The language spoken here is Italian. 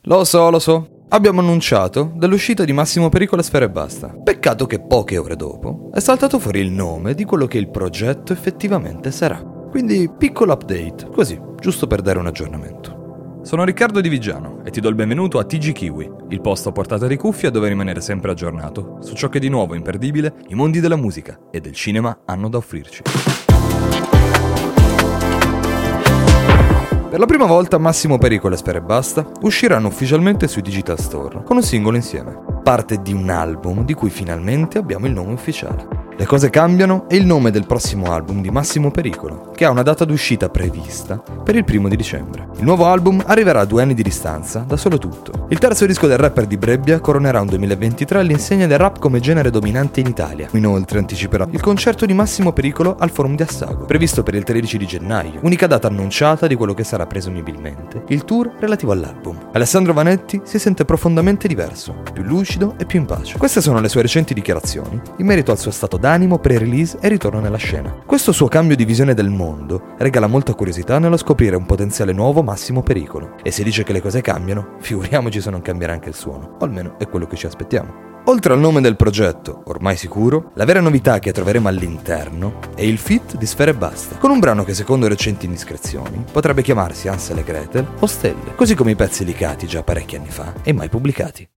Lo so. Abbiamo annunciato dell'uscita di Massimo Pericolo e Sfera Ebbasta. Peccato che poche ore dopo è saltato fuori il nome di quello che il progetto effettivamente sarà. Quindi piccolo update, così, giusto per dare un aggiornamento. Sono Riccardo Di Vigiano e ti do il benvenuto a TG Kiwi, il posto a portata di cuffia dove rimanere sempre aggiornato su ciò che di nuovo e imperdibile i mondi della musica e del cinema hanno da offrirci. Per la prima volta Massimo Pericolo e Sfera Ebbasta usciranno ufficialmente sui Digital Store, con un singolo insieme. Parte di un album di cui finalmente abbiamo il nome ufficiale. Le cose cambiano e il nome del prossimo album di Massimo Pericolo, che ha una data d'uscita prevista per il 1° dicembre. Il nuovo album arriverà a 2 anni di distanza da Solo Tutto. Il terzo disco del rapper di Brebbia coronerà un 2023 all'insegna del rap come genere dominante in Italia. Inoltre anticiperà il concerto di Massimo Pericolo al Forum di Assago, previsto per il 13 di gennaio, unica data annunciata di quello che sarà presumibilmente il tour relativo all'album. Alessandro Vanetti si sente profondamente diverso, più lucido e più in pace. Queste sono le sue recenti dichiarazioni in merito al suo stato d'animo pre-release e ritorno nella scena. Questo suo cambio di visione del mondo regala molta curiosità nello scoprire un potenziale nuovo Massimo Pericolo. E se dice che le cose cambiano, figuriamoci se non cambierà anche il suono, o almeno è quello che ci aspettiamo. Oltre al nome del progetto, ormai sicuro, la vera novità che troveremo all'interno è il feat di Sfera Ebbasta, con un brano che secondo recenti indiscrezioni potrebbe chiamarsi Hansel e Gretel o Stelle, così come i pezzi leakati già parecchi anni fa e mai pubblicati.